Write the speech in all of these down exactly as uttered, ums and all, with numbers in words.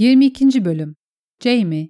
yirmi ikinci Bölüm Jaime.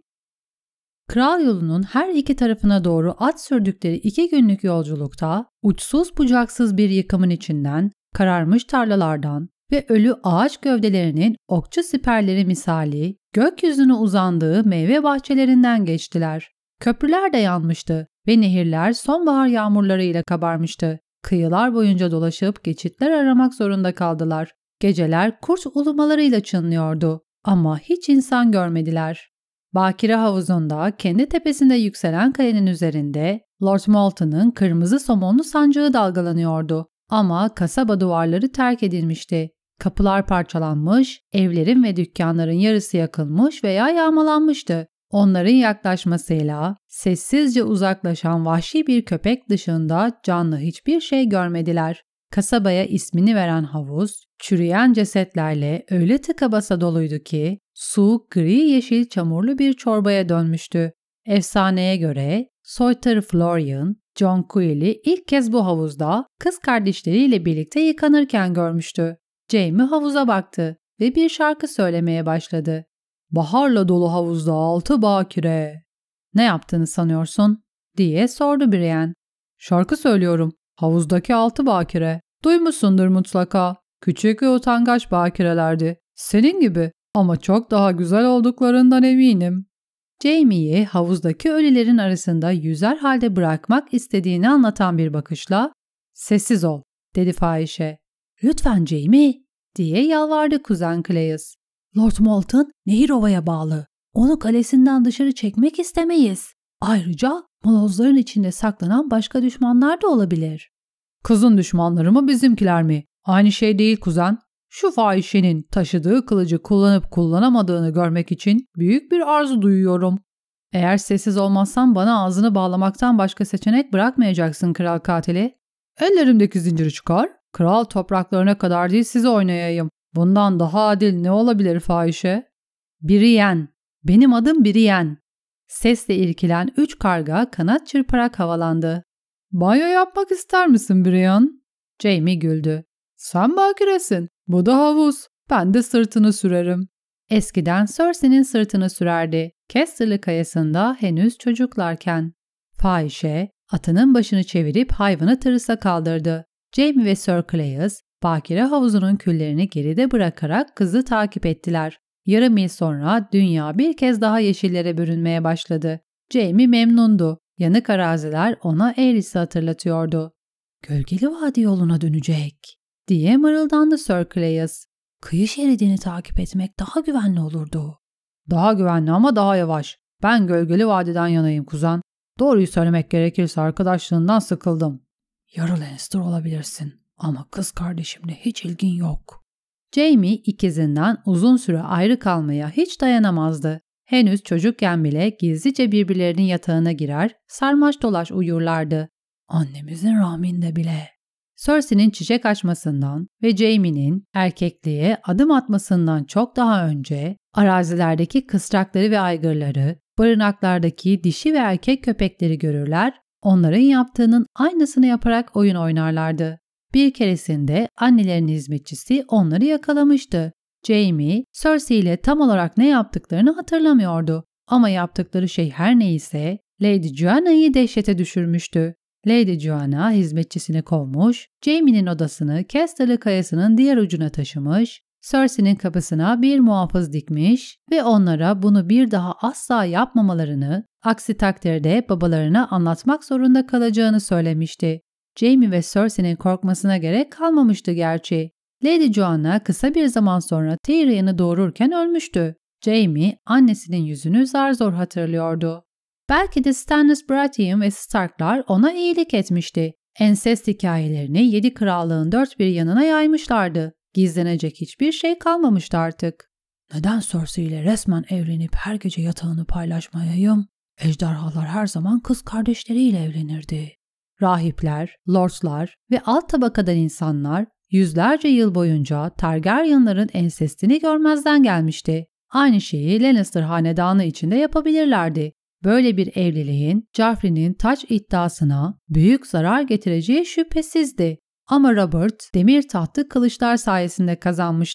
Kral yolunun her iki tarafına doğru at sürdükleri iki günlük yolculukta uçsuz bucaksız bir yıkımın içinden, kararmış tarlalardan ve ölü ağaç gövdelerinin okçu siperleri misali gökyüzüne uzandığı meyve bahçelerinden geçtiler. Köprüler de yanmıştı ve nehirler sonbahar yağmurlarıyla kabarmıştı. Kıyılar boyunca dolaşıp geçitler aramak zorunda kaldılar. Geceler kurt ulumalarıyla çınlıyordu ama hiç insan görmediler. Bakire havuzunda kendi tepesinde yükselen kalenin üzerinde Lord Malton'ın kırmızı somonlu sancağı dalgalanıyordu. Ama kasaba duvarları terk edilmişti. Kapılar parçalanmış, evlerin ve dükkanların yarısı yakılmış veya yağmalanmıştı. Onların yaklaşmasıyla sessizce uzaklaşan vahşi bir köpek dışında canlı hiçbir şey görmediler. Kasabaya ismini veren havuz, çürüyen cesetlerle öyle tıka basa doluydu ki su gri yeşil çamurlu bir çorbaya dönmüştü. Efsaneye göre soytarı Florian, John Quill'i ilk kez bu havuzda kız kardeşleriyle birlikte yıkanırken görmüştü. Jaime havuza baktı ve bir şarkı söylemeye başladı. "Baharla dolu havuzda altı bakire." "Ne yaptığını sanıyorsun?" diye sordu Brienne. "Şarkı söylüyorum. Havuzdaki altı bakire. Duymuşsundur mutlaka. Küçük ve utangaç bakirelerdi. Senin gibi ama çok daha güzel olduklarından eminim." Jaime'yi havuzdaki ölülerin arasında yüzer halde bırakmak istediğini anlatan bir bakışla "Sessiz ol," dedi fahişe. "Lütfen Jaime," diye yalvardı kuzen Cleus. "Lord Malton Nehirova'ya bağlı. Onu kalesinden dışarı çekmek istemeyiz. Ayrıca molozların içinde saklanan başka düşmanlar da olabilir." "Kızın düşmanları mı bizimkiler mi? Aynı şey değil kuzen. Şu fahişenin taşıdığı kılıcı kullanıp kullanamadığını görmek için büyük bir arzu duyuyorum." "Eğer sessiz olmazsan bana ağzını bağlamaktan başka seçenek bırakmayacaksın kral katili." "Ellerimdeki zinciri çıkar. Kral topraklarına kadar değil size oynayayım. Bundan daha adil ne olabilir fahişe?" "Brienne. Benim adım Brienne." Sesle irkilen üç karga kanat çırparak havalandı. "Banyo yapmak ister misin Brienne?" Jaime güldü. "Sen bakiresin. Bu da havuz. Ben de sırtını sürerim." Eskiden Cersei'nin sırtını sürerdi. Casterly kayasında henüz çocuklarken. Fahişe atının başını çevirip hayvanı tırısa kaldırdı. Jaime ve Sir Cleus bakire havuzunun küllerini geride bırakarak kızı takip ettiler. Yarım yıl sonra dünya bir kez daha yeşillere bürünmeye başladı. Jaime memnundu. Yanık araziler ona Aerys'i hatırlatıyordu. "Gölgeli Vadi yoluna dönecek," diye mırıldandı Sir Cleus. "Kıyı şeridini takip etmek daha güvenli olurdu." "Daha güvenli ama daha yavaş. Ben Gölgeli Vadi'den yanayım kuzen. Doğruyu söylemek gerekirse arkadaşlığından sıkıldım." "Yarı Lannister olabilirsin ama kız kardeşimle hiç ilgin yok." Jaime ikizinden uzun süre ayrı kalmaya hiç dayanamazdı. Henüz çocukken bile gizlice birbirlerinin yatağına girer, sarmaş dolaş uyurlardı. Annemizin rahminde bile. Cersei'nin çiçek açmasından ve Jaime'nin erkekliğe adım atmasından çok daha önce arazilerdeki kısrakları ve aygırları, barınaklardaki dişi ve erkek köpekleri görürler, onların yaptığının aynısını yaparak oyun oynarlardı. Bir keresinde annelerinin hizmetçisi onları yakalamıştı. Jaime, Cersei ile tam olarak ne yaptıklarını hatırlamıyordu. Ama yaptıkları şey her neyse Lady Joanna'yı dehşete düşürmüştü. Lady Joanna hizmetçisini kovmuş, Jaime'nin odasını Casterly kayasının diğer ucuna taşımış, Cersei'nin kapısına bir muhafız dikmiş ve onlara bunu bir daha asla yapmamalarını, aksi takdirde babalarına anlatmak zorunda kalacağını söylemişti. Jaime ve Cersei'nin korkmasına gerek kalmamıştı gerçi. Lady Joanna kısa bir zaman sonra Tyrion'u doğururken ölmüştü. Jaime annesinin yüzünü zar zor hatırlıyordu. Belki de Stannis Baratheon ve Starklar ona iyilik etmişti. Ensest hikayelerini yedi krallığın dört bir yanına yaymışlardı. Gizlenecek hiçbir şey kalmamıştı artık. "Neden Cersei ile resmen evlenip her gece yatağını paylaşmayayım? Ejderhalar her zaman kız kardeşleriyle evlenirdi." Rahipler, lordlar ve alt tabakadan insanlar yüzlerce yıl boyunca Targaryenların ensestini görmezden gelmişti. Aynı şeyi Lannister hanedanı içinde yapabilirlerdi. Böyle bir evliliğin Joffrey'nin taç iddiasına büyük zarar getireceği şüphesizdi. Ama Robert demir tahtı kılıçlar sayesinde kazanmıştı.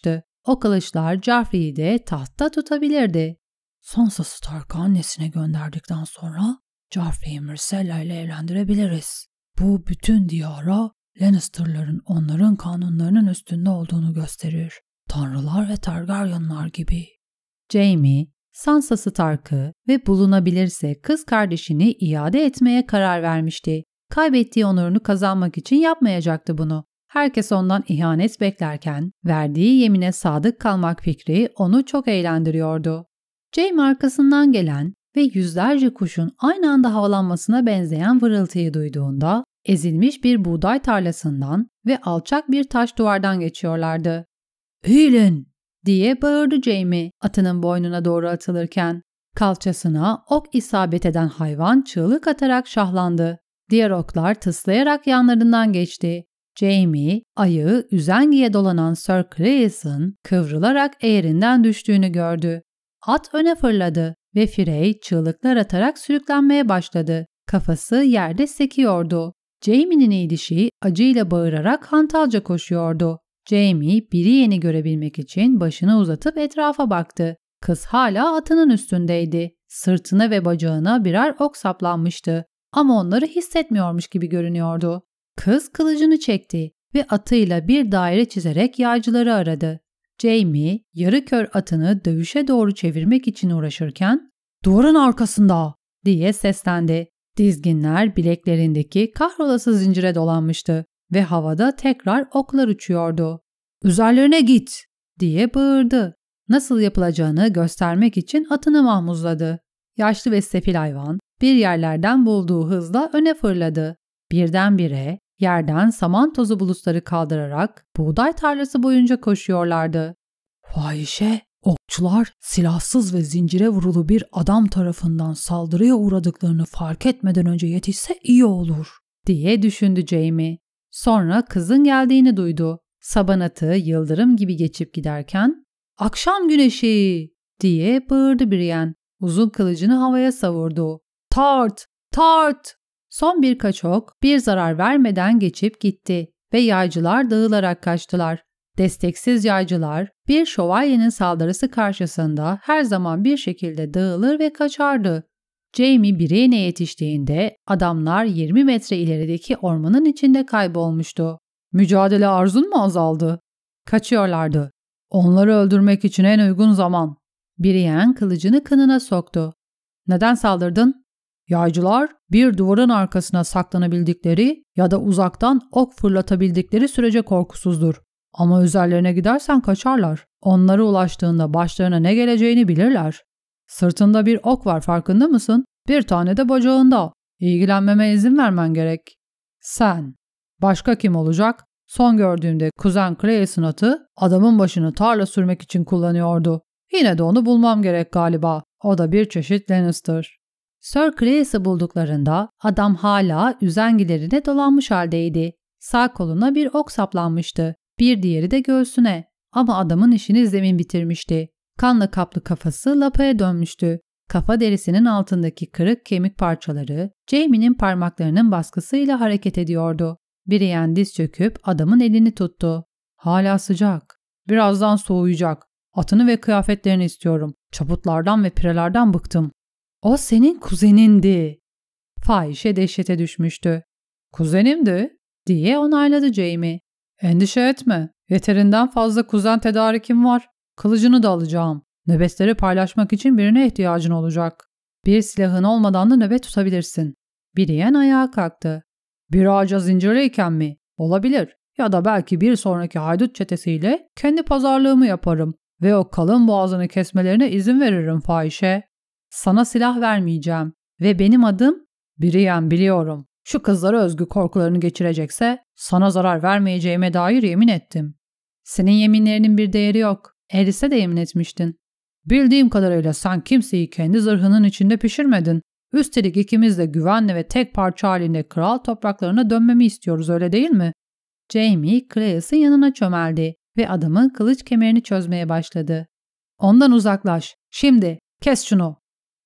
o kılıçlar Joffrey'i de tahtta tutabilirdi. Sansa Stark'ı annesine gönderdikten sonra Joffrey'i Myrcella ile evlendirebiliriz. Bu bütün diyara Lannister'ların onların kanunlarının üstünde olduğunu gösterir. Tanrılar ve Targaryenlar gibi. Jaime, Sansa Stark'ı ve bulunabilirse kız kardeşini iade etmeye karar vermişti. Kaybettiği onurunu kazanmak için yapmayacaktı bunu. Herkes ondan ihanet beklerken verdiği yemine sadık kalmak fikri onu çok eğlendiriyordu. Jaime arkasından gelen ve yüzlerce kuşun aynı anda havalanmasına benzeyen vırıltıyı duyduğunda ezilmiş bir buğday tarlasından ve alçak bir taş duvardan geçiyorlardı. "Eğilin!" diye bağırdı Jaime atının boynuna doğru atılırken. Kalçasına ok isabet eden hayvan çığlık atarak şahlandı. Diğer oklar tıslayarak yanlarından geçti. Jaime, ayağı üzengiye dolanan Sir Cleis'in kıvrılarak eğerinden düştüğünü gördü. At öne fırladı ve Frey çığlıklar atarak sürüklenmeye başladı. Kafası yerde sekiyordu. Jaime'nin eğilişi acıyla bağırarak hantalca koşuyordu. Jaime, Brienne'i görebilmek için başını uzatıp etrafa baktı. Kız hala atının üstündeydi. Sırtına ve bacağına birer ok saplanmıştı. Ama onları hissetmiyormuş gibi görünüyordu. Kız kılıcını çekti ve atıyla bir daire çizerek yaycıları aradı. Jaime, yarı kör atını dövüşe doğru çevirmek için uğraşırken "Duvarın arkasında!" diye seslendi. Dizginler bileklerindeki kahrolası zincire dolanmıştı ve havada tekrar oklar uçuyordu. "Üzerlerine git!" diye bağırdı. Nasıl yapılacağını göstermek için atını mahmuzladı. Yaşlı ve sefil hayvan bir yerlerden bulduğu hızla öne fırladı. Birdenbire yerden saman tozu bulutları kaldırarak buğday tarlası boyunca koşuyorlardı. "Fahişe, okçular silahsız ve zincire vurulu bir adam tarafından saldırıya uğradıklarını fark etmeden önce yetişse iyi olur," diye düşündü Jaime. Sonra kızın geldiğini duydu. Saban atı yıldırım gibi geçip giderken "Akşam güneşi!" diye bağırdı Brienne. Uzun kılıcını havaya savurdu. "Tart! Tart!" Son birkaç ok bir zarar vermeden geçip gitti ve yaycılar dağılarak kaçtılar. Desteksiz yaycılar bir şövalyenin saldırısı karşısında her zaman bir şekilde dağılır ve kaçardı. Jaime Brienne'e yetiştiğinde adamlar yirmi metre ilerideki ormanın içinde kaybolmuştu. "Mücadele arzun mu azaldı?" "Kaçıyorlardı. Onları öldürmek için en uygun zaman." Brienne kılıcını kınına soktu. "Neden saldırdın?" "Yaycılar bir duvarın arkasına saklanabildikleri ya da uzaktan ok fırlatabildikleri sürece korkusuzdur. Ama üzerlerine gidersen kaçarlar. Onlara ulaştığında başlarına ne geleceğini bilirler. Sırtında bir ok var, farkında mısın? Bir tane de bacağında. İlgilenmeme izin vermen gerek." "Sen. Başka kim olacak? Son gördüğümde kuzen Cleis'in atı adamın başını tarla sürmek için kullanıyordu. Yine de onu bulmam gerek galiba. O da bir çeşit Lannister." Sir Cleis'i bulduklarında adam hala üzengilerine dolanmış haldeydi. Sağ koluna bir ok saplanmıştı. Bir diğeri de göğsüne. Ama adamın işini zemin bitirmişti. Kanla kaplı kafası lapaya dönmüştü. Kafa derisinin altındaki kırık kemik parçaları Jaime'nin parmaklarının baskısıyla hareket ediyordu. Brienne diz çöküp adamın elini tuttu. "Hala sıcak. Birazdan soğuyacak. Atını ve kıyafetlerini istiyorum. Çaputlardan ve pirelerden bıktım." "O senin kuzenindi." Fahişe dehşete düşmüştü. "Kuzenimdi," diye onayladı Jaime. "Endişe etme. Yeterinden fazla kuzen tedarikim var. Kılıcını da alacağım. Nöbetleri paylaşmak için birine ihtiyacın olacak. Bir silahın olmadan da nöbet tutabilirsin." Brienne ayağa kalktı. "Bir ağaca zincirliyken mi? Olabilir. Ya da belki bir sonraki haydut çetesiyle kendi pazarlığımı yaparım ve o kalın boğazını kesmelerine izin veririm fahişe. Sana silah vermeyeceğim ve benim adım Brienne, biliyorum. Şu kızlara özgü korkularını geçirecekse sana zarar vermeyeceğime dair yemin ettim." "Senin yeminlerinin bir değeri yok. Eris'e de yemin etmiştin." "Bildiğim kadarıyla sen kimseyi kendi zırhının içinde pişirmedin. Üstelik ikimiz de güvenli ve tek parça halinde kral topraklarına dönmemi istiyoruz, öyle değil mi?" Jaime Cleis'in yanına çömeldi ve adamın kılıç kemerini çözmeye başladı. "Ondan uzaklaş. Şimdi kes şunu."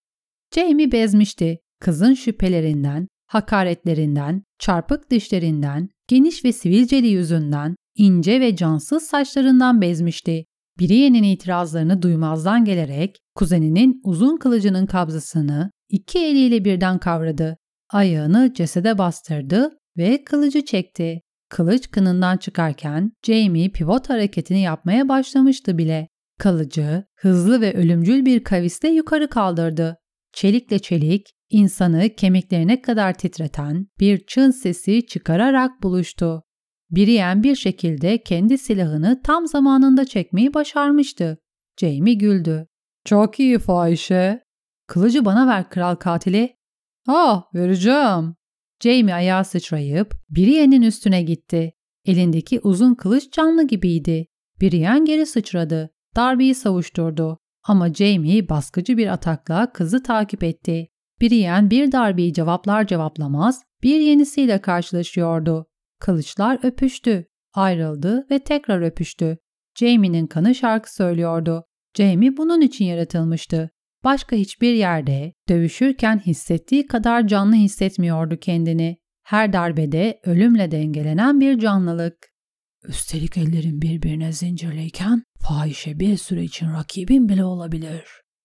Jaime bezmişti. Kızın şüphelerinden, hakaretlerinden, çarpık dişlerinden, geniş ve sivilceli yüzünden, ince ve cansız saçlarından bezmişti. Brienne'in itirazlarını duymazdan gelerek kuzeninin uzun kılıcının kabzasını iki eliyle birden kavradı. Ayağını cesede bastırdı ve kılıcı çekti. Kılıç kınından çıkarken Jaime pivot hareketini yapmaya başlamıştı bile. Kılıcı hızlı ve ölümcül bir kavisle yukarı kaldırdı. Çelikle çelik, insanı kemiklerine kadar titreten bir çın sesi çıkararak buluştu. Brienne bir şekilde kendi silahını tam zamanında çekmeyi başarmıştı. Jaime güldü. "Çok iyi fahişe. Kılıcı bana ver kral katili." "Ah, vereceğim." Jaime ayağa sıçrayıp Brienne'in üstüne gitti. Elindeki uzun kılıç canlı gibiydi. Brienne geri sıçradı. Darbeyi savuşturdu. Ama Jaime baskıcı bir atakla kızı takip etti. Brienne bir darbeyi cevaplar cevaplamaz bir yenisiyle karşılaşıyordu. Kılıçlar öpüştü, ayrıldı ve tekrar öpüştü. Jaime'nin kanı şarkı söylüyordu. Jaime bunun için yaratılmıştı. Başka hiçbir yerde dövüşürken hissettiği kadar canlı hissetmiyordu kendini. Her darbede ölümle dengelenen bir canlılık. Üstelik ellerin birbirine zincirliyken fahişe bir süre için rakibin bile olabilir.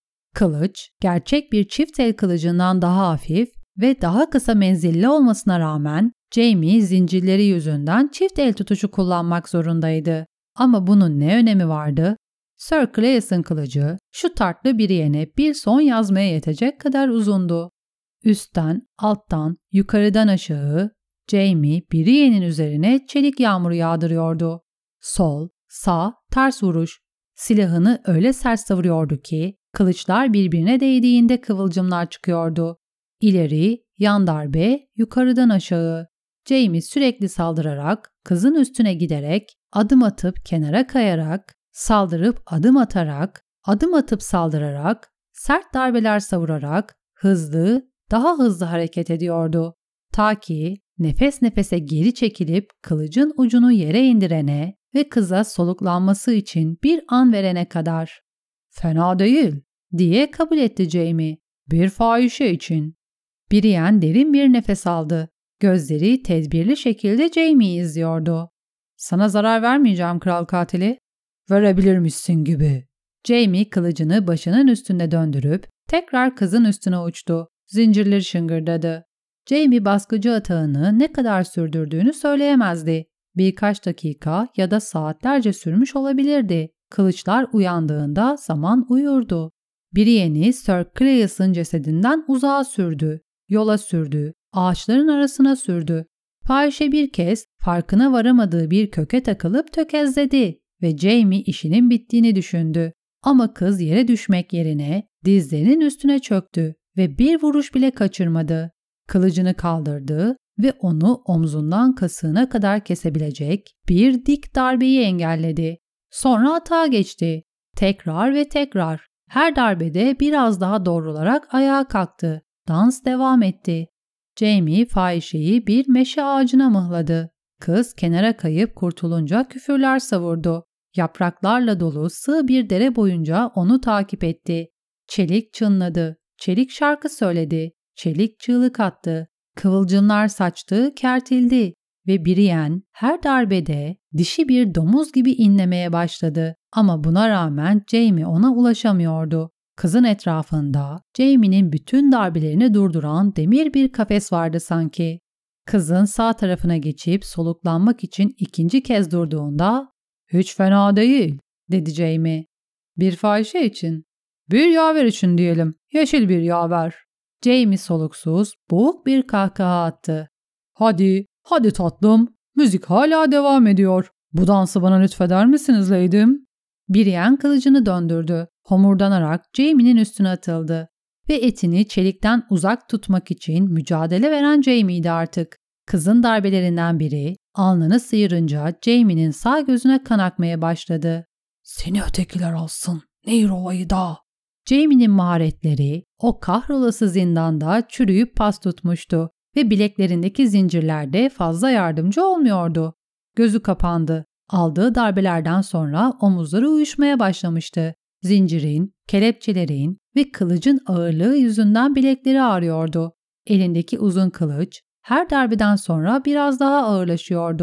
Kılıç, gerçek bir çift el kılıcından daha hafif ve daha kısa menzilli olmasına rağmen Jaime zincirleri yüzünden çift el tutuşu kullanmak zorundaydı. Ama bunun ne önemi vardı? Sir Cleis'in kılıcı şu tartlı Brienne'e bir son yazmaya yetecek kadar uzundu. Üstten, alttan, yukarıdan aşağı Jaime Brienne'in üzerine çelik yağmuru yağdırıyordu. Sol, sağ, ters vuruş. Silahını öyle sert savuruyordu ki kılıçlar birbirine değdiğinde kıvılcımlar çıkıyordu. İleri, yan darbe, yukarıdan aşağı. Jaime sürekli saldırarak, kızın üstüne giderek, adım atıp kenara kayarak, saldırıp adım atarak, adım atıp saldırarak, sert darbeler savurarak, hızlı, daha hızlı hareket ediyordu. Ta ki nefes nefese geri çekilip kılıcın ucunu yere indirene ve kıza soluklanması için bir an verene kadar. "Fena değil," diye kabul etti Jaime. "Bir fahişe için." Brienne derin bir nefes aldı. Gözleri tedbirli şekilde Jaime'yi izliyordu. "Sana zarar vermeyeceğim kral katili." "Verebilirmişsin gibi." Jaime kılıcını başının üstünde döndürüp tekrar kızın üstüne uçtu. Zincirleri şıngırdadı. Jaime baskıcı atağını ne kadar sürdürdüğünü söyleyemezdi. Birkaç dakika ya da saatlerce sürmüş olabilirdi. Kılıçlar uyandığında zaman uyurdu. Brienne'i Sir Cleis'in cesedinden uzağa sürdü. Yola sürdü. Ağaçların arasına sürdü. Fahişe bir kez farkına varamadığı bir köke takılıp tökezledi ve Jaime işinin bittiğini düşündü. Ama kız yere düşmek yerine dizlerinin üstüne çöktü ve bir vuruş bile kaçırmadı. Kılıcını kaldırdı ve onu omzundan kasığına kadar kesebilecek bir dik darbeyi engelledi. Sonra atağa geçti. Tekrar ve tekrar. Her darbede biraz daha doğrularak ayağa kalktı. Dans devam etti. Jaime fahişeyi bir meşe ağacına mıhladı. Kız kenara kayıp kurtulunca küfürler savurdu. Yapraklarla dolu sığ bir dere boyunca onu takip etti. Çelik çınladı. Çelik şarkı söyledi. Çelik çığlık attı. Kıvılcımlar saçtı, kertildi ve Brienne her darbede dişi bir domuz gibi inlemeye başladı. Ama buna rağmen Jaime ona ulaşamıyordu. Kızın etrafında Jaime'nin bütün darbelerini durduran demir bir kafes vardı sanki. Kızın sağ tarafına geçip soluklanmak için ikinci kez durduğunda "Hiç fena değil," dedi Jaime. "Bir fahişe için." "Bir yaver için diyelim. Yeşil bir yaver." Jaime soluksuz, boğuk bir kahkaha attı. "Hadi, hadi tatlım. Müzik hala devam ediyor. Bu dansı bana lütfeder misiniz leydim?" Brienne kılıcını döndürdü. Homurdanarak Jaime'nin üstüne atıldı. Ve etini çelikten uzak tutmak için mücadele veren Jaime'ydi artık. Kızın darbelerinden biri alnını sıyırınca Jaime'nin sağ gözüne kan akmaya başladı. "Seni ötekiler alsın, Nehir da." Jaime'nin maharetleri o kahrolası zindanda çürüyüp pas tutmuştu ve bileklerindeki zincirler de fazla yardımcı olmuyordu. Gözü kapandı. Aldığı darbelerden sonra omuzları uyuşmaya başlamıştı. Zincirin, kelepçelerin ve kılıcın ağırlığı yüzünden bilekleri ağrıyordu. Elindeki uzun kılıç her darbeden sonra biraz daha ağırlaşıyordu.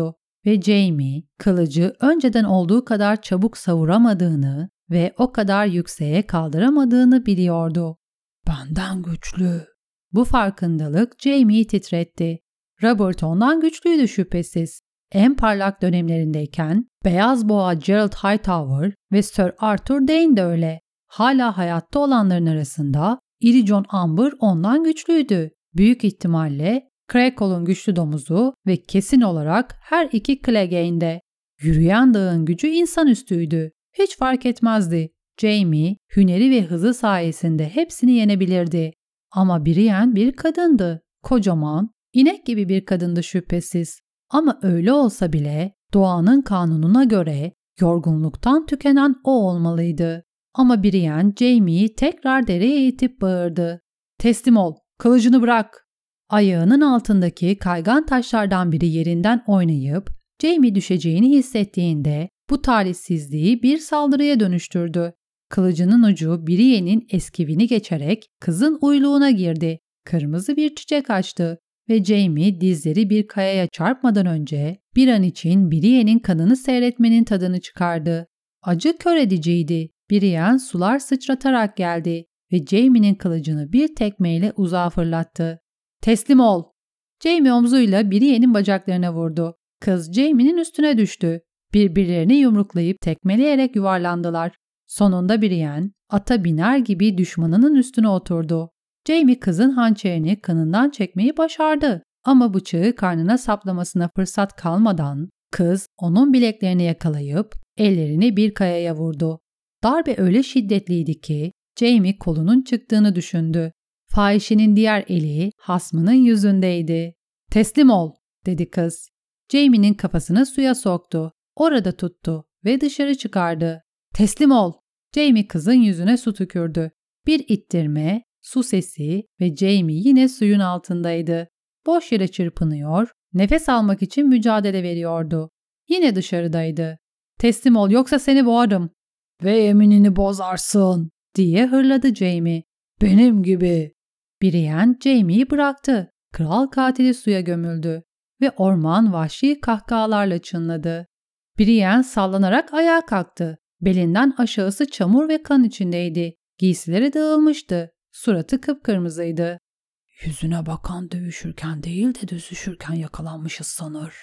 ve Jamie kılıcı önceden olduğu kadar çabuk savuramadığını ve o kadar yükseğe kaldıramadığını biliyordu. Benden güçlü. Bu farkındalık Jamie'yi titretti. Robert ondan güçlüydü şüphesiz. En parlak dönemlerindeyken Beyaz Boğa Gerald Hightower ve Sir Arthur Dane de öyle. Hala hayatta olanların arasında iri John Amber ondan güçlüydü. Büyük ihtimalle Crackle'un güçlü domuzu ve kesin olarak her iki Clegane'de. Yürüyen dağın gücü insanüstüydü. Hiç fark etmezdi. Jamie, hüneri ve hızı sayesinde hepsini yenebilirdi. Ama Brienne bir kadındı. Kocaman, inek gibi bir kadındı şüphesiz. Ama öyle olsa bile doğanın kanununa göre yorgunluktan tükenen o olmalıydı. Ama Brienne Jamie'yi tekrar dereye itip bağırdı. "Teslim ol, kılıcını bırak." Ayağının altındaki kaygan taşlardan biri yerinden oynayıp Jamie düşeceğini hissettiğinde bu talihsizliği bir saldırıya dönüştürdü. Kılıcının ucu Brienne'in eskivini geçerek kızın uyluğuna girdi. Kırmızı bir çiçek açtı ve Jamie dizleri bir kayaya çarpmadan önce bir an için Brienne'in kanını seyretmenin tadını çıkardı. Acı kör ediciydi. Brienne sular sıçratarak geldi ve Jamie'nin kılıcını bir tekmeyle uzağa fırlattı. "Teslim ol." Jamie omzuyla Brienne'in bacaklarına vurdu. Kız Jamie'nin üstüne düştü. Birbirlerini yumruklayıp tekmeleyerek yuvarlandılar. Sonunda Brienne ata biner gibi düşmanının üstüne oturdu. Jamie kızın hançerini kanından çekmeyi başardı. Ama bıçağı karnına saplamasına fırsat kalmadan kız onun bileklerini yakalayıp ellerini bir kayaya vurdu. Darbe öyle şiddetliydi ki Jamie kolunun çıktığını düşündü. Fahişenin diğer eli hasmının yüzündeydi. "Teslim ol," dedi kız. Jamie'nin kafasını suya soktu. Orada tuttu ve dışarı çıkardı. "Teslim ol." Jamie kızın yüzüne su tükürdü. Bir ittirme, su sesi ve Jamie yine suyun altındaydı. Boş yere çırpınıyor, nefes almak için mücadele veriyordu. Yine dışarıdaydı. "Teslim ol yoksa seni boğarım." "Ve yeminini bozarsın," diye hırladı Jamie. "Benim gibi." Brienne Jamie'yi bıraktı. Kral katili suya gömüldü ve orman vahşi kahkahalarla çınladı. Brienne sallanarak ayağa kalktı. Belinden aşağısı çamur ve kan içindeydi. Giysileri dağılmıştı. Suratı kıpkırmızıydı. "Yüzüne bakan dövüşürken değil de düzüşürken yakalanmışız sanır."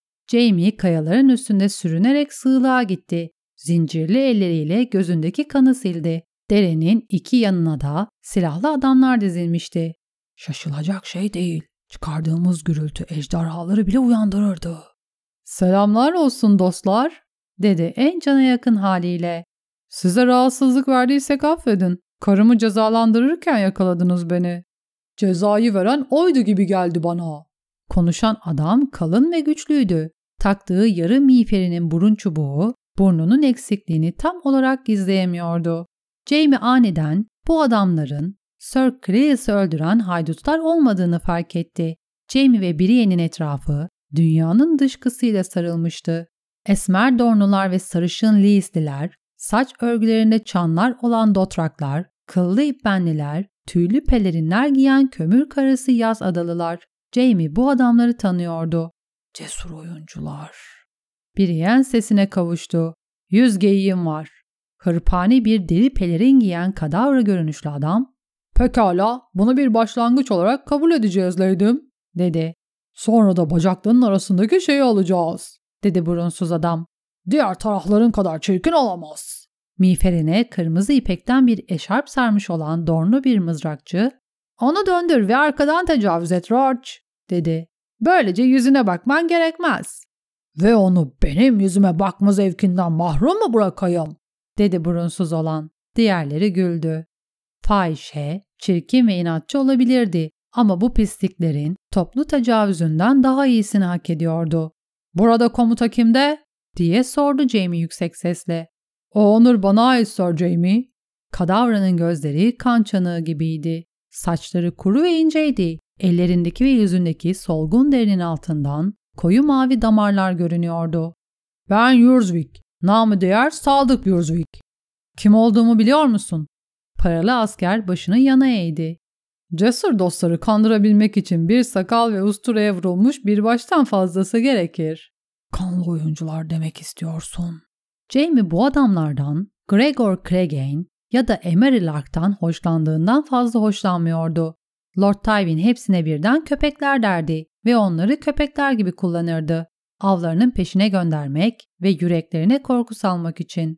Jamie kayaların üstünde sürünerek sığlığa gitti. Zincirli elleriyle gözündeki kanı sildi. Derenin iki yanına da silahlı adamlar dizilmişti. "Şaşılacak şey değil. Çıkardığımız gürültü ejderhaları bile uyandırırdı." "Selamlar olsun dostlar," dedi en cana yakın haliyle. "Size rahatsızlık verdiysek affedin. Karımı cezalandırırken yakaladınız beni." "Cezayı veren oydu gibi geldi bana." Konuşan adam kalın ve güçlüydü. Taktığı yarı miğferinin burun çubuğu burnunun eksikliğini tam olarak gizleyemiyordu. Jamie aniden bu adamların Sir Cleis'i öldüren haydutlar olmadığını fark etti. Jamie ve Brienne'in etrafı dünyanın dışkısıyla sarılmıştı. Esmer Dornular ve sarışın Leesliler, saç örgülerinde çanlar olan Dothraklar, kıllı ipbenliler, tüylü pelerinler giyen kömür karası yaz adalılar. Jamie bu adamları tanıyordu. "Cesur oyuncular." Brienne sesine kavuştu. "Yüz geyiğim var." Hırpani bir deri pelerin giyen kadavra görünüşlü adam, "Pekala, bunu bir başlangıç olarak kabul edeceğiz Lady'm," dedi. "Sonra da bacaklarının arasındaki şeyi alacağız," dedi burunsuz adam. "Diğer tarafların kadar çirkin olamaz." Miğferine kırmızı ipekten bir eşarp sarmış olan dornu bir mızrakçı, "Onu döndür ve arkadan tecavüz et Roach," dedi. "Böylece yüzüne bakman gerekmez." "Ve onu benim yüzüme bakma zevkinden mahrum mu bırakayım?" dedi burunsuz olan. Diğerleri güldü. Fahişe, çirkin ve inatçı olabilirdi ama bu pisliklerin toplu tecavüzünden daha iyisini hak ediyordu. "Burada komuta kimde?" diye sordu Jamie yüksek sesle. "O onur bana ait Sir Jamie." Kadavranın gözleri kan çanağı gibiydi. Saçları kuru ve inceydi. Ellerindeki ve yüzündeki solgun derinin altından koyu mavi damarlar görünüyordu. "Ben Yurzwick, namı diğer Sadık Yurzwick." "Kim olduğumu biliyor musun?" Paralı asker başını yana eğdi. "Cesur dostları kandırabilmek için bir sakal ve usturaya vurulmuş bir baştan fazlası gerekir." Kanlı oyuncular demek istiyorsun. Jamie bu adamlardan Gregor Clegane ya da Emery Lark'tan hoşlandığından fazla hoşlanmıyordu. Lord Tywin hepsine birden köpekler derdi ve onları köpekler gibi kullanırdı. Avlarının peşine göndermek ve yüreklerine korku salmak için.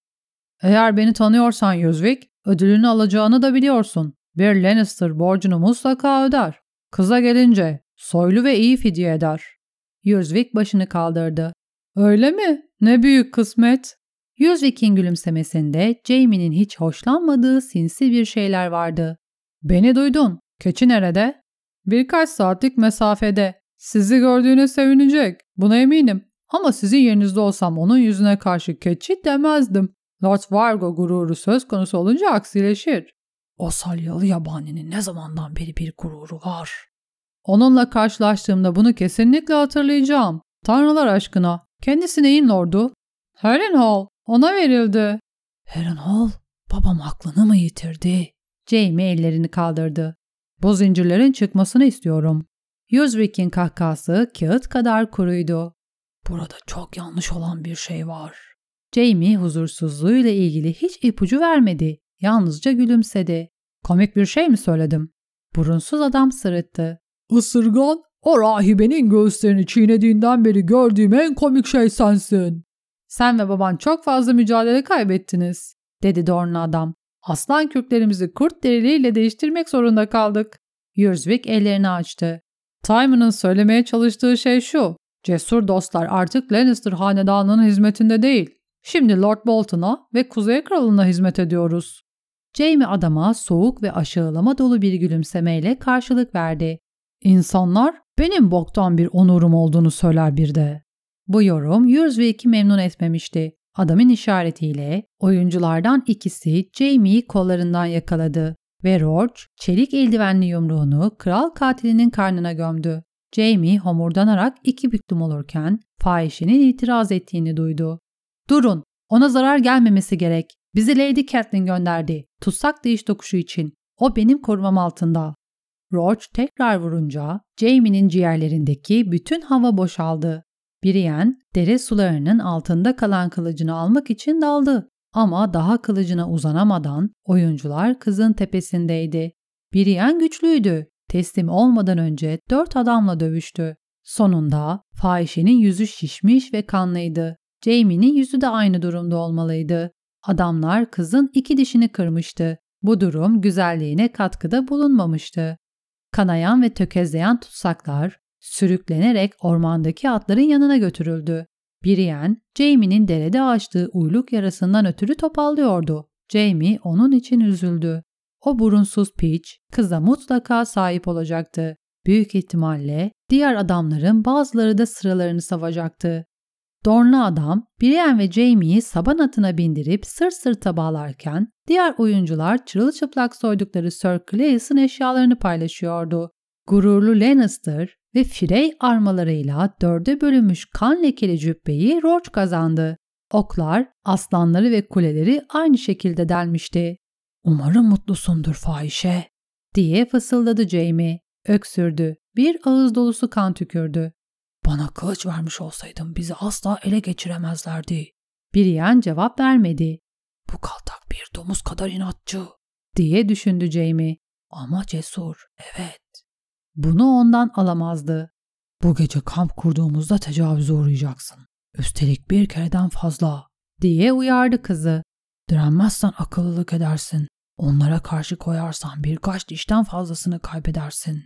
Eğer beni tanıyorsan Yüzvik, ödülünü alacağını da biliyorsun. Bir Lannister borcunu mutlaka öder. Kıza gelince soylu ve iyi fidye eder. Yüzvik başını kaldırdı. Öyle mi? Ne büyük kısmet. Yüzvik'in gülümsemesinde Jaime'nin hiç hoşlanmadığı sinsi bir şeyler vardı. Beni duydun. Keçi nerede? Birkaç saatlik mesafede. Sizi gördüğüne sevinecek. Buna eminim. Ama sizin yerinizde olsam onun yüzüne karşı keçi demezdim. Lord Vargo gururu söz konusu olunca aksileşir. O salyalı yabaninin ne zamandan beri bir gururu var. Onunla karşılaştığımda bunu kesinlikle hatırlayacağım. Tanrılar aşkına. Kendisi neyin lordu? Harrenhal. Ona verildi. Harrenhal? Babam aklını mı yitirdi? Jaime ellerini kaldırdı. Bu zincirlerin çıkmasını istiyorum. Yüzvik'in kahkası kağıt kadar kuruydu. Burada çok yanlış olan bir şey var. Jaime huzursuzluğuyla ilgili hiç ipucu vermedi. Yalnızca gülümsedi. Komik bir şey mi söyledim? Burunsuz adam sırıttı. Isırgan, o rahibenin göğüslerini çiğnediğinden beri gördüğüm en komik şey sensin. Sen ve baban çok fazla mücadele kaybettiniz, dedi Dornlu adam. Aslan kürklerimizi kurt deriliğiyle değiştirmek zorunda kaldık. Yüzvik ellerini açtı. Tywin'in söylemeye çalıştığı şey şu. Cesur dostlar artık Lannister hanedanının hizmetinde değil. Şimdi Lord Bolton'a ve Kuzey Kralı'na hizmet ediyoruz. Jaime adama soğuk ve aşağılama dolu bir gülümsemeyle karşılık verdi. İnsanlar benim boktan bir onurum olduğunu söyler bir de. Bu yorum Yüzvik'i memnun etmemişti. Adamın işaretiyle oyunculardan ikisi Jaime'yi kollarından yakaladı ve Roach çelik eldivenli yumruğunu kral katilinin karnına gömdü. Jaime homurdanarak iki büklüm olurken fahişenin itiraz ettiğini duydu. "Durun, ona zarar gelmemesi gerek. Bizi Lady Catelyn gönderdi. Tutsak değiş tokuşu için. O benim korumam altında." Roach tekrar vurunca Jaime'nin ciğerlerindeki bütün hava boşaldı. Brienne dere sularının altında kalan kılıcını almak için daldı. Ama daha kılıcına uzanamadan oyuncular kızın tepesindeydi. Brienne güçlüydü. Teslim olmadan önce dört adamla dövüştü. Sonunda fahişenin yüzü şişmiş ve kanlıydı. Jaime'nin yüzü de aynı durumda olmalıydı. Adamlar kızın iki dişini kırmıştı. Bu durum güzelliğine katkıda bulunmamıştı. Kanayan ve tökezleyen tutsaklar sürüklenerek ormandaki atların yanına götürüldü. Brienne, Jaime'nin derede açtığı uyluk yarasından ötürü topallıyordu. Jaime onun için üzüldü. O burunsuz piç kıza mutlaka sahip olacaktı. Büyük ihtimalle diğer adamların bazıları da sıralarını savacaktı. Dornlu adam Brienne ve Jaime'yi saban atına bindirip sırt sırta bağlarken diğer oyuncular çırılçıplak soydukları Sir Cleis'in eşyalarını paylaşıyordu. Gururlu Lannister ve Frey armalarıyla dörde bölünmüş kan lekeli cübbeyi Roach kazandı. Oklar, aslanları ve kuleleri aynı şekilde delmişti. "Umarım mutlusundur fahişe," diye fısıldadı Jaime. Öksürdü. Bir ağız dolusu kan tükürdü. "Bana kılıç vermiş olsaydın bizi asla ele geçiremezlerdi." Brienne cevap vermedi. "Bu kaltak bir domuz kadar inatçı," diye düşündü Jaime. "Ama cesur, evet." Bunu ondan alamazdı. "Bu gece kamp kurduğumuzda tecavüze uğrayacaksın. Üstelik bir kereden fazla," diye uyardı kızı. "Direnmezsen akıllılık edersin. Onlara karşı koyarsan birkaç dişten fazlasını kaybedersin."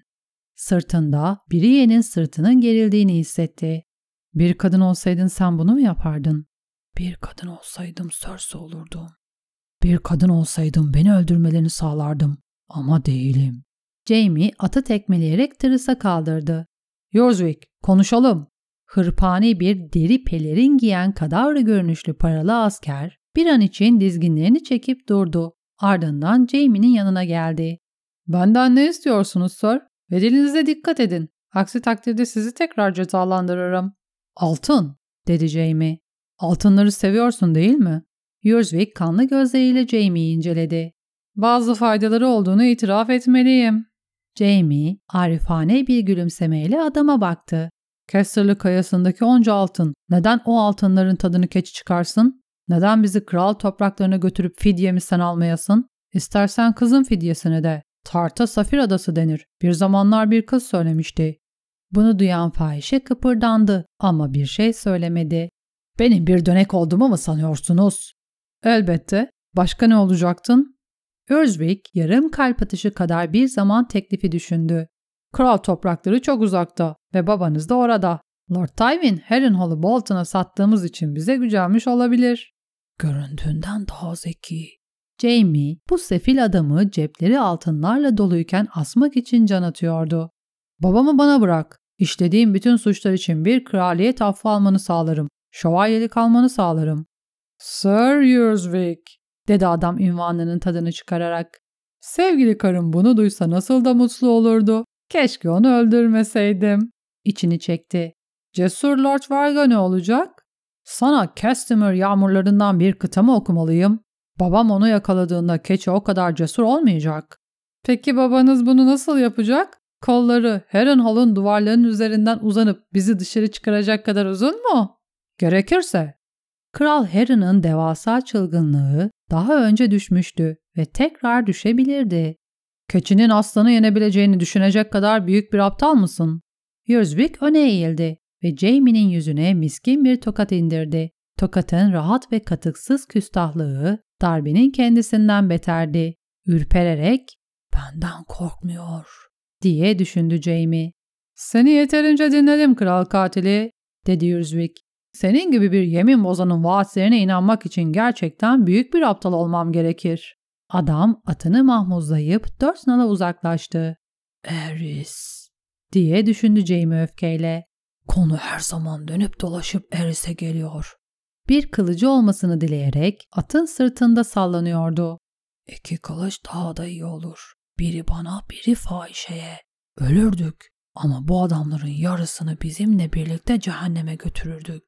Sırtında Brienne'in sırtının gerildiğini hissetti. "Bir kadın olsaydın sen bunu mu yapardın?" "Bir kadın olsaydım Cersei olurdum. Bir kadın olsaydım beni öldürmelerini sağlardım. Ama değilim." Jaime atı tekmeleyerek tırısa kaldırdı. "Yorswick, konuşalım." Hırpani bir deri pelerin giyen kadavra görünüşlü paralı asker bir an için dizginlerini çekip durdu. Ardından Jaime'nin yanına geldi. "Benden ne istiyorsunuz sir? Ve dilinize dikkat edin. Aksi takdirde sizi tekrar cezalandırırım." "Altın," dedi Jaime. "Altınları seviyorsun değil mi?" Yorswick kanlı gözleriyle Jaime'yi inceledi. "Bazı faydaları olduğunu itiraf etmeliyim." Jaime arifane bir gülümsemeyle adama baktı. Casterly kayasındaki onca altın. Neden o altınların tadını keçi çıkarsın? Neden bizi kral topraklarına götürüp fidyemi sen almayasın? İstersen kızın fidyesini de. Tart'a Safir Adası denir. Bir zamanlar bir kız söylemişti. Bunu duyan fahişe kıpırdandı ama bir şey söylemedi. Benim bir dönek olduğumu mu sanıyorsunuz? Elbette. Başka ne olacaktın? Urzvik yarım kalp atışı kadar bir zaman teklifi düşündü. Kral toprakları çok uzakta ve babanız da orada. Lord Tywin, Harrenhal'ı Bolton'a sattığımız için bize gücenmiş olabilir. Göründüğünden daha zeki. Jaime bu sefil adamı cepleri altınlarla doluyken asmak için can atıyordu. Babamı bana bırak. İşlediğim bütün suçlar için bir kraliyet affı almanı sağlarım. Şövalyelik almanı sağlarım. Sir Urzvik, dedi adam ünvanının tadını çıkararak. Sevgili karım bunu duysa nasıl da mutlu olurdu. Keşke onu öldürmeseydim. İçini çekti. Cesur Lord Varga ne olacak? Sana Castamere yağmurlarından bir kıta mı okumalıyım? Babam onu yakaladığında keçi o kadar cesur olmayacak. Peki babanız bunu nasıl yapacak? Kolları Harrenhal'ın duvarlarının üzerinden uzanıp bizi dışarı çıkaracak kadar uzun mu? Gerekirse. Kral Harren'ın devasa çılgınlığı daha önce düşmüştü ve tekrar düşebilirdi. Keçinin aslanı yenebileceğini düşünecek kadar büyük bir aptal mısın? Urzvik öne eğildi ve Jaime'nin yüzüne miskin bir tokat indirdi. Tokatın rahat ve katıksız küstahlığı darbenin kendisinden beterdi. Ürpererek "Benden korkmuyor," diye düşündü Jaime. "Seni yeterince dinledim kral katili," dedi Urzvik. "Senin gibi bir yemin bozanın vaatlerine inanmak için gerçekten büyük bir aptal olmam gerekir." Adam atını mahmuzlayıp dört nala uzaklaştı. "Eris," diye düşündü Jaime öfkeyle. "Konu her zaman dönüp dolaşıp Eris'e geliyor." Bir kılıcı olmasını dileyerek atın sırtında sallanıyordu. "İki kılıç daha da iyi olur. Biri bana, biri fahişeye. Ölürdük ama bu adamların yarısını bizimle birlikte cehenneme götürürdük."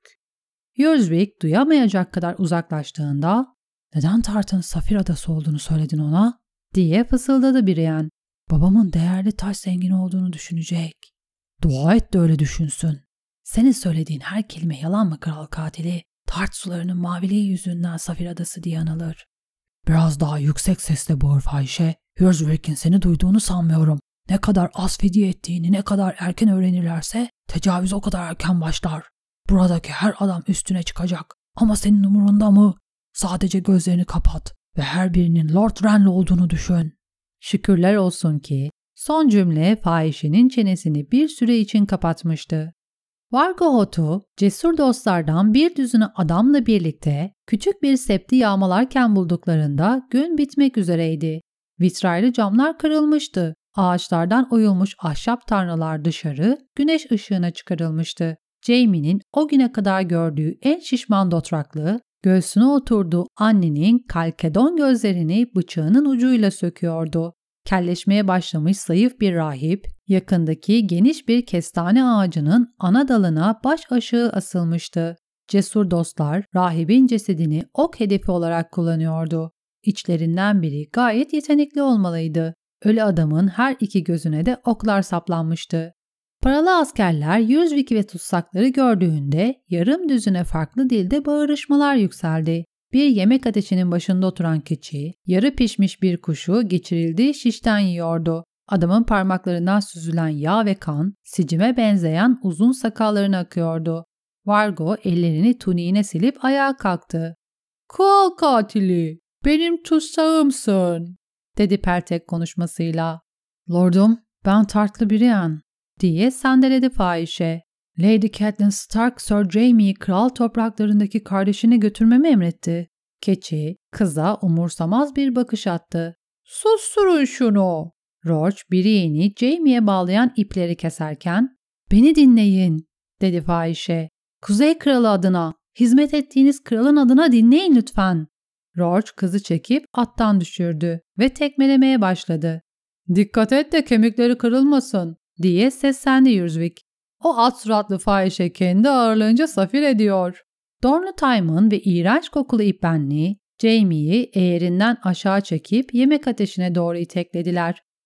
Urzvik duyamayacak kadar uzaklaştığında "Neden Tart'ın Safir Adası olduğunu söyledin ona?" diye fısıldadı Brienne. "Babamın değerli taş zengini olduğunu düşünecek. Dua et de öyle düşünsün. Senin söylediğin her kelime yalan mı kral katili? Tart sularının maviliği yüzünden Safir Adası diye anılır." "Biraz daha yüksek sesle bağır fahişe. Urzvik'in seni duyduğunu sanmıyorum. Ne kadar az fidye ettiğini ne kadar erken öğrenirlerse tecavüz o kadar erken başlar. Buradaki her adam üstüne çıkacak. Ama senin umurunda mı? Sadece gözlerini kapat ve her birinin Lord Renly olduğunu düşün." Şükürler olsun ki son cümle fahişenin çenesini bir süre için kapatmıştı. Vargo Hotu, cesur dostlardan bir düzine adamla birlikte küçük bir septi yağmalarken bulduklarında gün bitmek üzereydi. Vitraylı camlar kırılmıştı. Ağaçlardan oyulmuş ahşap tanrılar dışarı güneş ışığına çıkarılmıştı. Jaime'nin o güne kadar gördüğü en şişman dotraklı, göğsüne oturduğu annenin kalkedon gözlerini bıçağının ucuyla söküyordu. Kelleşmeye başlamış zayıf bir rahip, yakındaki geniş bir kestane ağacının ana dalına baş aşağı asılmıştı. Cesur dostlar rahibin cesedini ok hedefi olarak kullanıyordu. İçlerinden biri gayet yetenekli olmalıydı. Ölü adamın her iki gözüne de oklar saplanmıştı. Paralı askerler Urzvik ve tutsakları gördüğünde yarım düzine farklı dilde bağırışmalar yükseldi. Bir yemek ateşinin başında oturan keçi, yarı pişmiş bir kuşu geçirildiği şişten yiyordu. Adamın parmaklarından süzülen yağ ve kan, sicime benzeyen uzun sakallarına akıyordu. Vargo ellerini tuniğine silip ayağa kalktı. "Kral katili, benim tutsağımsın," dedi peltek konuşmasıyla. "Lordum, ben Tartlı Brienne," diye sendeledi fahişe. "Lady Catelyn Stark Sir Jaime'yi kral topraklarındaki kardeşine götürmemi emretti." Keçi kıza umursamaz bir bakış attı. "Susturun şunu." Roach Brienne'i Jaime'ye bağlayan ipleri keserken "Beni dinleyin," dedi fahişe. "Kuzey Kralı adına, hizmet ettiğiniz kralın adına dinleyin lütfen." Roach kızı çekip attan düşürdü ve tekmelemeye başladı. "Dikkat et de kemikleri kırılmasın," diye seslendi Urzvik. "O at suratlı fahişe kendi ağırlığınca safir ediyor." Dornu Tymon ve iğrenç kokulu ipbenli Jaime'yi eğerinden aşağı çekip yemek ateşine doğru iteklediler.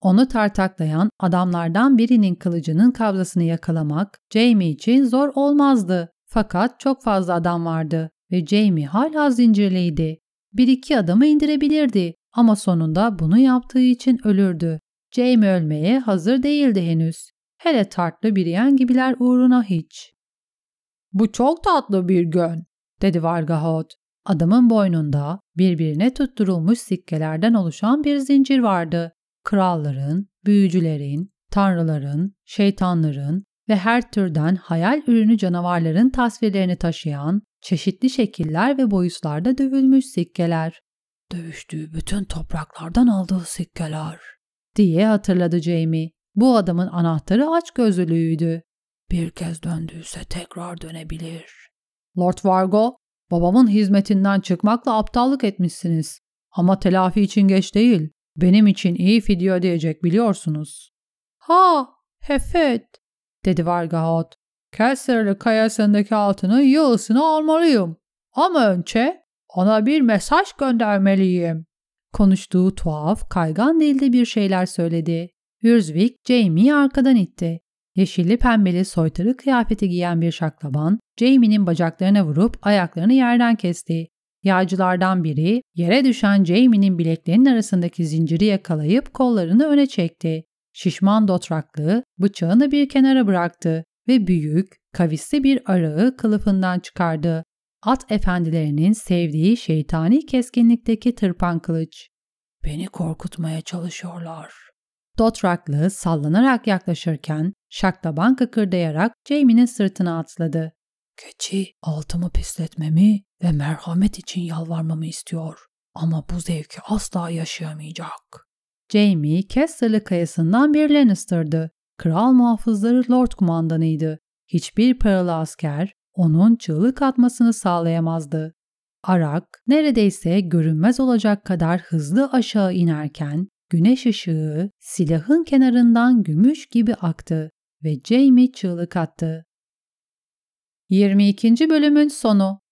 Onu tartaklayan adamlardan birinin kılıcının kabzasını yakalamak Jaime için zor olmazdı. Fakat çok fazla adam vardı ve Jaime hala zincirliydi. Bir iki adamı indirebilirdi ama sonunda bunu yaptığı için ölürdü. Jaime ölmeye hazır değildi henüz. Hele tartlı biriyen gibiler uğruna hiç. "Bu çok tatlı bir gün," dedi Vargahot. Adamın boynunda birbirine tutturulmuş sikkelerden oluşan bir zincir vardı. Kralların, büyücülerin, tanrıların, şeytanların ve her türden hayal ürünü canavarların tasvirlerini taşıyan çeşitli şekiller ve boyutlarda dövülmüş sikkeler. "Dövüştüğü bütün topraklardan aldığı sikkeler," diye hatırladı Jaime. Bu adamın anahtarı açgözlülüğüydü. "Bir kez döndüyse tekrar dönebilir." "Lord Vargo, babamın hizmetinden çıkmakla aptallık etmişsiniz. Ama telafi için geç değil. Benim için iyi fidye ödeyecek biliyorsunuz." "Ha, hefet," dedi Vargahot. "Keserli kayasındaki altını yığısını almalıyım. Ama önce ona bir mesaj göndermeliyim." Konuştuğu tuhaf, kaygan dilde bir şeyler söyledi. Yürzvik, Jaime'yi arkadan itti. Yeşilli pembeli soytarı kıyafeti giyen bir şaklaban, Jaime'nin bacaklarına vurup ayaklarını yerden kesti. Yağcılardan biri, yere düşen Jaime'nin bileklerinin arasındaki zinciri yakalayıp kollarını öne çekti. Şişman dotraklı bıçağını bir kenara bıraktı ve büyük, kavisli bir arağı kılıfından çıkardı. At efendilerinin sevdiği şeytani keskinlikteki tırpan kılıç. "Beni korkutmaya çalışıyorlar." Dothraklı sallanarak yaklaşırken şaklaban kıkırdayarak Jaime'nin sırtına atladı. "Keçi altımı pisletmemi ve merhamet için yalvarmamı istiyor. Ama bu zevki asla yaşayamayacak." Jaime, Casterly kayasından bir Lannister'dı. Kral muhafızları Lord kumandanıydı. Hiçbir paralı asker onun çığlık atmasını sağlayamazdı. Arak neredeyse görünmez olacak kadar hızlı aşağı inerken güneş ışığı silahın kenarından gümüş gibi aktı ve Jaime çığlık attı. yirmi ikinci bölümün sonu.